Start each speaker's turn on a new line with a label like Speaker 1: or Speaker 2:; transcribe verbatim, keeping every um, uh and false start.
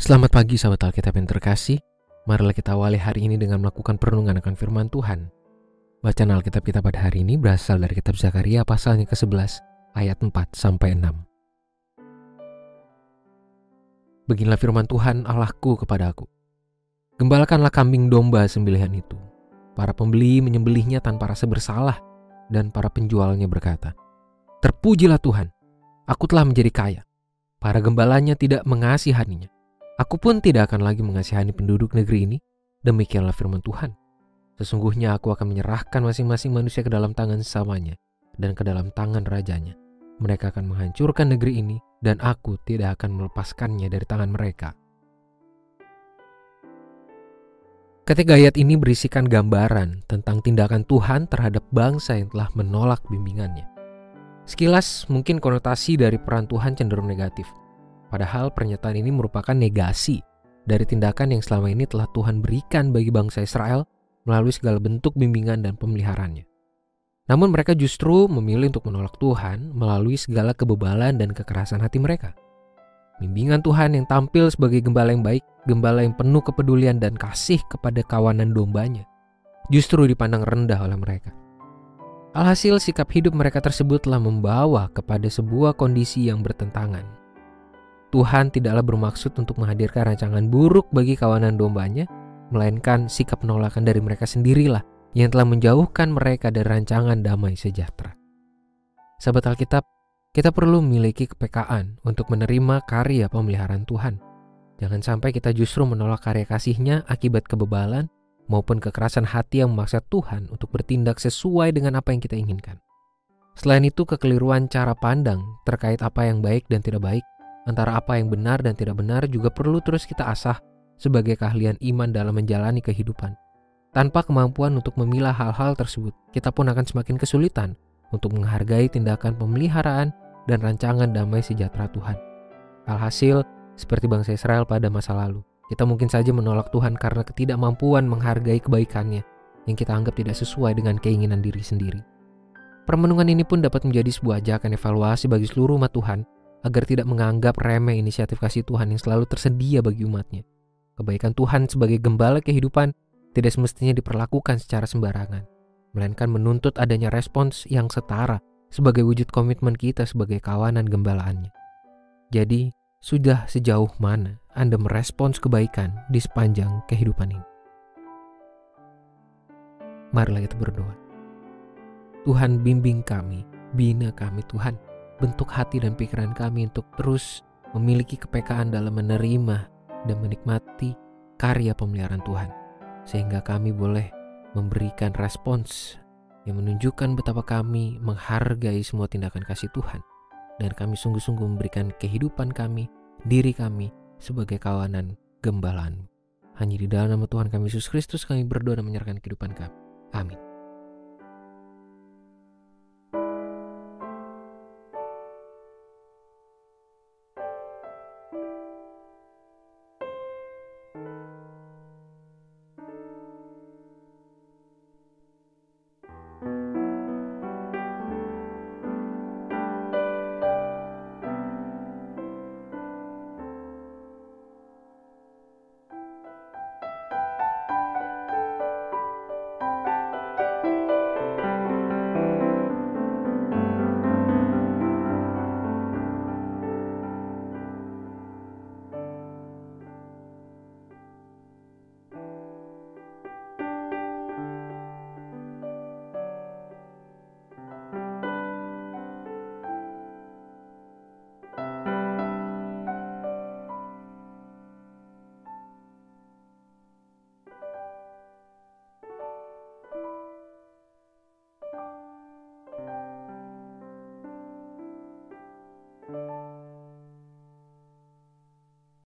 Speaker 1: Selamat pagi sahabat Alkitab yang terkasih. Marilah kita awali hari ini dengan melakukan perenungan akan firman Tuhan. Bacaan Alkitab kita pada hari ini berasal dari kitab Zakaria pasalnya ke sebelas ayat empat sampai enam. Beginilah firman Tuhan Allahku kepada aku. Gembalakanlah kambing domba sembelihan itu. Para pembeli menyembelihnya tanpa rasa bersalah, dan para penjualnya berkata, "Terpujilah Tuhan, aku telah menjadi kaya." Para gembalanya tidak mengasihaninya. Aku pun tidak akan lagi mengasihani penduduk negeri ini. Demikianlah firman Tuhan. Sesungguhnya aku akan menyerahkan masing-masing manusia ke dalam tangan sesamanya dan ke dalam tangan rajanya. Mereka akan menghancurkan negeri ini dan aku tidak akan melepaskannya dari tangan mereka. Ketiga ayat ini berisikan gambaran tentang tindakan Tuhan terhadap bangsa yang telah menolak bimbingannya. Sekilas mungkin konotasi dari peran Tuhan cenderung negatif. Padahal pernyataan ini merupakan negasi dari tindakan yang selama ini telah Tuhan berikan bagi bangsa Israel melalui segala bentuk bimbingan dan pemeliharaannya. Namun mereka justru memilih untuk menolak Tuhan melalui segala kebebalan dan kekerasan hati mereka. Bimbingan Tuhan yang tampil sebagai gembala yang baik, gembala yang penuh kepedulian dan kasih kepada kawanan dombanya, justru dipandang rendah oleh mereka. Alhasil sikap hidup mereka tersebut telah membawa kepada sebuah kondisi yang bertentangan. Tuhan tidaklah bermaksud untuk menghadirkan rancangan buruk bagi kawanan dombanya, melainkan sikap penolakan dari mereka sendirilah yang telah menjauhkan mereka dari rancangan damai sejahtera. Sahabat Alkitab, kita perlu memiliki kepekaan untuk menerima karya pemeliharaan Tuhan. Jangan sampai kita justru menolak karya kasih-Nya akibat kebebalan maupun kekerasan hati yang memaksa Tuhan untuk bertindak sesuai dengan apa yang kita inginkan. Selain itu, kekeliruan cara pandang terkait apa yang baik dan tidak baik, antara apa yang benar dan tidak benar juga perlu terus kita asah sebagai keahlian iman dalam menjalani kehidupan. Tanpa kemampuan untuk memilah hal-hal tersebut, kita pun akan semakin kesulitan untuk menghargai tindakan pemeliharaan dan rancangan damai sejahtera Tuhan. Alhasil, seperti bangsa Israel pada masa lalu, kita mungkin saja menolak Tuhan karena ketidakmampuan menghargai kebaikannya yang kita anggap tidak sesuai dengan keinginan diri sendiri. Permenungan ini pun dapat menjadi sebuah ajakan evaluasi bagi seluruh umat Tuhan agar tidak menganggap remeh inisiatif kasih Tuhan yang selalu tersedia bagi umatnya. Kebaikan Tuhan sebagai gembala kehidupan tidak semestinya diperlakukan secara sembarangan, melainkan menuntut adanya respons yang setara sebagai wujud komitmen kita sebagai kawanan gembalaannya. Jadi, sudah sejauh mana Anda merespons kebaikan di sepanjang kehidupan ini? Marilah kita berdoa. Tuhan, bimbing kami, bina kami Tuhan. Bentuk hati dan pikiran kami untuk terus memiliki kepekaan dalam menerima dan menikmati karya pemeliharaan Tuhan. Sehingga kami boleh memberikan respons yang menunjukkan betapa kami menghargai semua tindakan kasih Tuhan. Dan kami sungguh-sungguh memberikan kehidupan kami, diri kami sebagai kawanan gembalaan. Hanya di dalam nama Tuhan kami Yesus Kristus kami berdoa dan menyerahkan kehidupan kami. Amin.